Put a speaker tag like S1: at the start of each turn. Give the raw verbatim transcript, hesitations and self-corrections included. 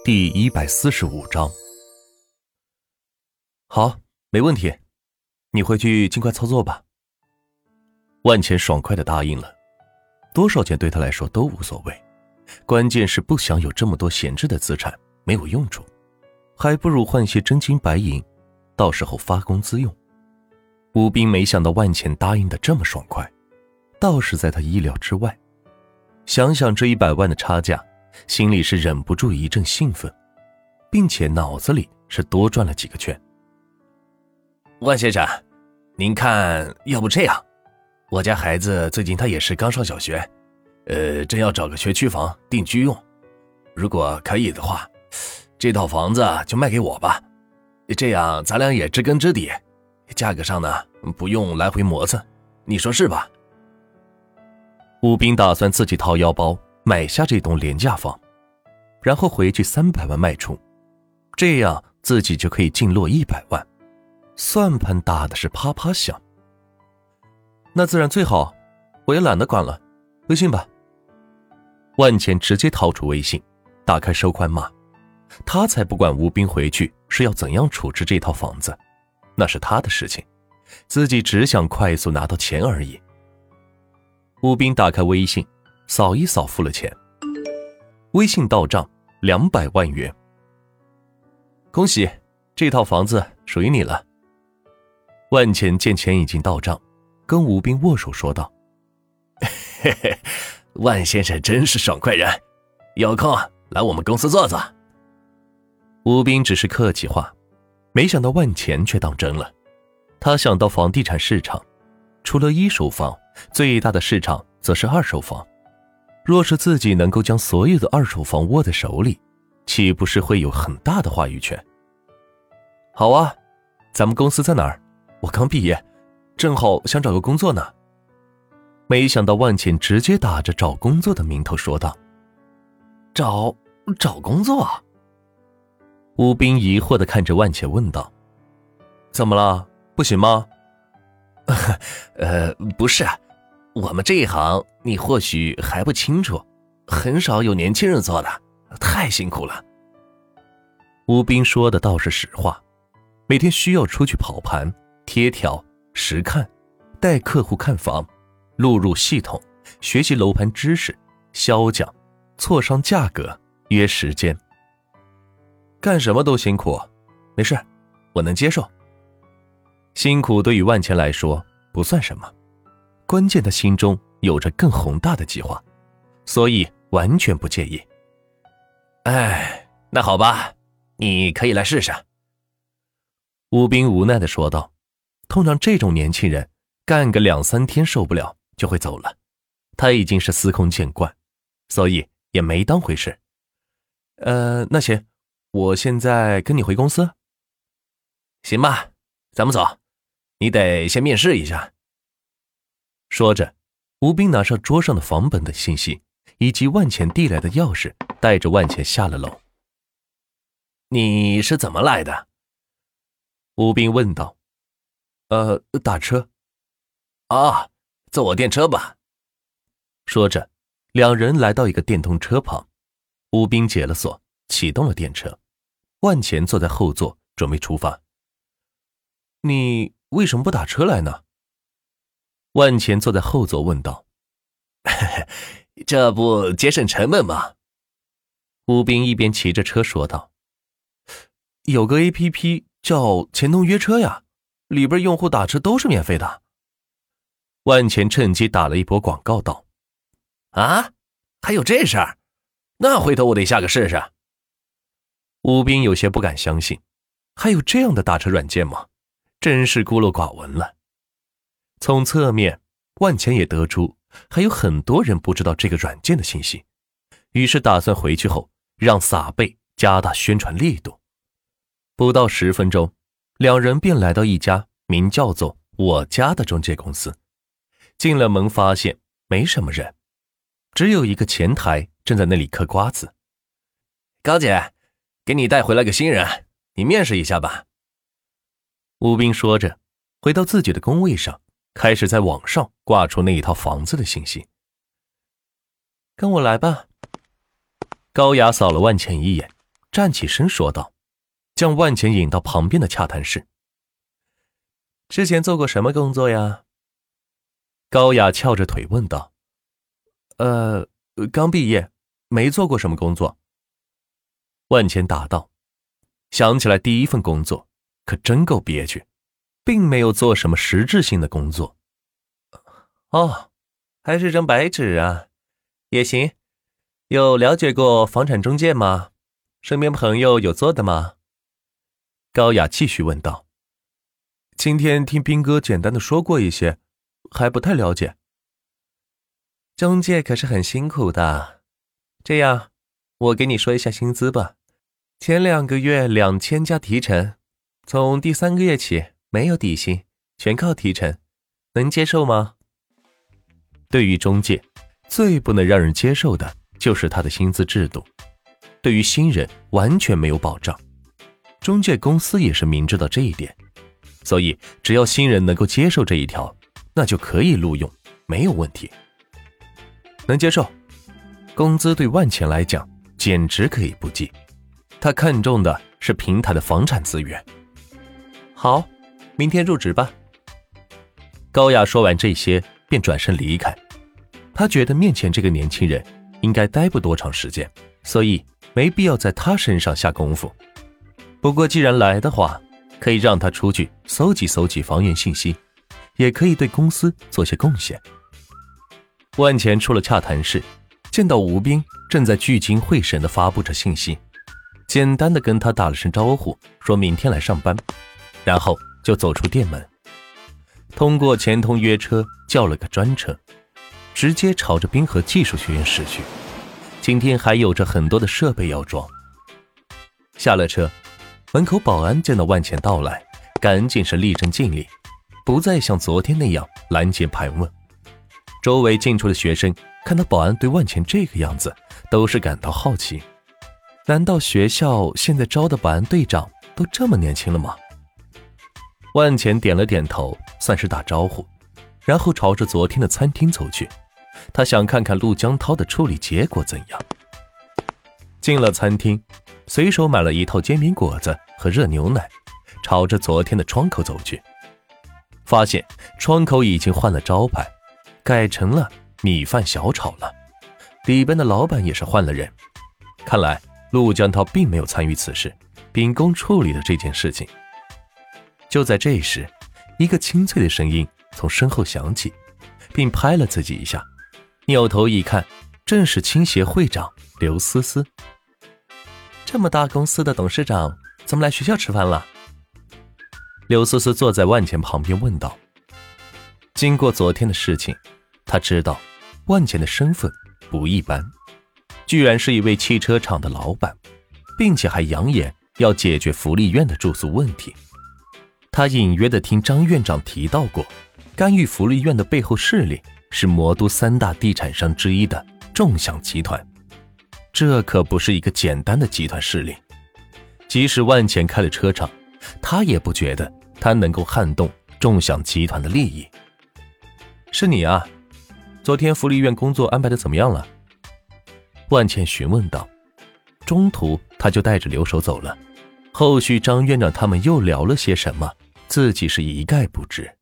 S1: 第一百四十五章。好，没问题，你回去尽快操作吧。万钱爽快地答应了，多少钱对他来说都无所谓，关键是不想有这么多闲置的资产没有用处，还不如换些真金白银，到时候发工资用。吴斌没想到万钱答应得这么爽快，倒是在他意料之外。想想这一百万的差价，心里是忍不住一阵兴奋，并且脑子里是多转了几个圈。
S2: 万先生，您看要不这样，我家孩子最近他也是刚上小学，呃，正要找个学区房定居用，如果可以的话，这套房子就卖给我吧，这样咱俩也知根知底，价格上呢不用来回磨蹭，你说是吧？
S1: 吴斌打算自己掏腰包买下这栋廉价房，然后回去三百万卖出，这样自己就可以净落一百万，算盘打的是啪啪响。那自然最好，我也懒得管了，微信吧。万钱直接掏出微信，打开收款码，他才不管吴斌回去是要怎样处置这套房子，那是他的事情，自己只想快速拿到钱而已。吴斌打开微信，扫一扫付了钱，微信到账两百万元。恭喜，这套房子属于你了。万钱见钱已经到账，跟吴斌握手说道：
S2: 嘿嘿，万先生真是爽快人，有空来我们公司坐坐。
S1: 吴斌只是客气话，没想到万钱却当真了。他想到房地产市场，除了一手房，最大的市场则是二手房。若是自己能够将所有的二手房握在手里，岂不是会有很大的话语权？好啊，咱们公司在哪儿？我刚毕业，正好想找个工作呢。没想到万钱直接打着找工作的名头说道：
S2: 找找工作？
S1: 吴斌疑惑地看着万钱问道：怎么了？不行吗？
S2: 呃，不是，我们这一行你或许还不清楚，很少有年轻人做的，太辛苦了。
S1: 吴斌说的倒是实话，每天需要出去跑盘、贴条、实看，带客户看房，录入系统，学习楼盘知识，销奖，磋商价格，约时间。干什么都辛苦，没事，我能接受。辛苦对于万钱来说不算什么，关键他心中有着更宏大的计划，所以完全不介意。
S2: 哎，那好吧，你可以来试试。
S1: 吴斌无奈地说道，通常这种年轻人干个两三天受不了就会走了，他已经是司空见惯，所以也没当回事。呃，那行，我现在跟你回公司。
S2: 行吧，咱们走，你得先面试一下。
S1: 说着，吴斌拿上桌上的房本的信息以及万钱递来的钥匙，带着万钱下了楼。
S2: 你是怎么来的？
S1: 吴斌问道。呃，打车。
S2: 哦，坐我电车吧。
S1: 说着，两人来到一个电动车旁，吴斌解了锁，启动了电车，万钱坐在后座准备出发。你为什么不打车来呢？万钱坐在后座问道。
S2: 这不节省成本吗？
S1: 吴斌一边骑着车说道。有个 A P P 叫钱通约车呀，里边用户打车都是免费的。万钱趁机打了一波广告道。
S2: 啊，还有这事儿？那回头我得下个试试。
S1: 吴斌有些不敢相信，还有这样的打车软件吗？真是孤陋寡闻了。从侧面，万钱也得出还有很多人不知道这个软件的信息，于是打算回去后让撒贝加大宣传力度。不到十分钟，两人便来到一家名叫做我家的中介公司。进了门发现没什么人，只有一个前台正在那里嗑瓜子。
S2: 高姐，给你带回来个新人，你面试一下吧。
S1: 吴斌说着，回到自己的工位上，开始在网上挂出那一套房子的信息。跟我来吧。高雅扫了万茜一眼， 站起身说道，将万钱引到旁边的洽谈室。之前做过什么工作呀？高雅翘着腿问道。呃，刚毕业，没做过什么工作。万钱答道，想起来第一份工作可真够憋屈，并没有做什么实质性的工作。哦，还是张白纸啊，也行。有了解过房产中介吗？身边朋友有做的吗？高雅继续问道。今天听兵哥简单的说过一些，还不太了解。中介可是很辛苦的。这样，我给你说一下薪资吧。前两个月两千加提成，从第三个月起没有底薪，全靠提成，能接受吗？对于中介，最不能让人接受的就是他的薪资制度，对于新人完全没有保障。中介公司也是明知道这一点，所以只要新人能够接受这一条，那就可以录用，没有问题。能接受。工资对万钱来讲简直可以不计，他看重的是平台的房产资源。好，明天入职吧。高雅说完这些便转身离开，他觉得面前这个年轻人应该待不多长时间，所以没必要在他身上下功夫。不过既然来的话，可以让他出去搜集搜集房源信息，也可以对公司做些贡献。万钱出了洽谈室，见到吴斌正在聚精会神地发布着信息，简单地跟他打了声招呼，说明天来上班，然后就走出店门，通过钱通约车叫了个专车，直接朝着滨河技术学院驶去。今天还有着很多的设备要装。下了车，门口保安见到万钱到来，赶紧是立正敬礼，不再像昨天那样拦截盘问。周围进出的学生看到保安对万钱这个样子，都是感到好奇。难道学校现在招的保安队长都这么年轻了吗？万钱点了点头，算是打招呼，然后朝着昨天的餐厅走去。他想看看陆江涛的处理结果怎样。进了餐厅，随手买了一套煎饼果子和热牛奶，朝着昨天的窗口走去。发现窗口已经换了招牌，改成了米饭小炒了，里边的老板也是换了人。看来陆江涛并没有参与此事，秉公处理了这件事情。就在这时，一个清脆的声音从身后响起，并拍了自己一下。扭头一看，正是青协会长刘思思。这么大公司的董事长怎么来学校吃饭了？刘思思坐在万钱旁边问道。经过昨天的事情，他知道万钱的身份不一般，居然是一位汽车厂的老板，并且还扬言要解决福利院的住宿问题。他隐约地听张院长提到过，干预福利院的背后势力是魔都三大地产商之一的众享集团，这可不是一个简单的集团势力。即使万钱开了车厂，他也不觉得他能够撼动众享集团的利益。是你啊，昨天福利院工作安排的怎么样了？万钱询问道。中途他就带着留守走了，后续张院长他们又聊了些什么，自己是一概不知。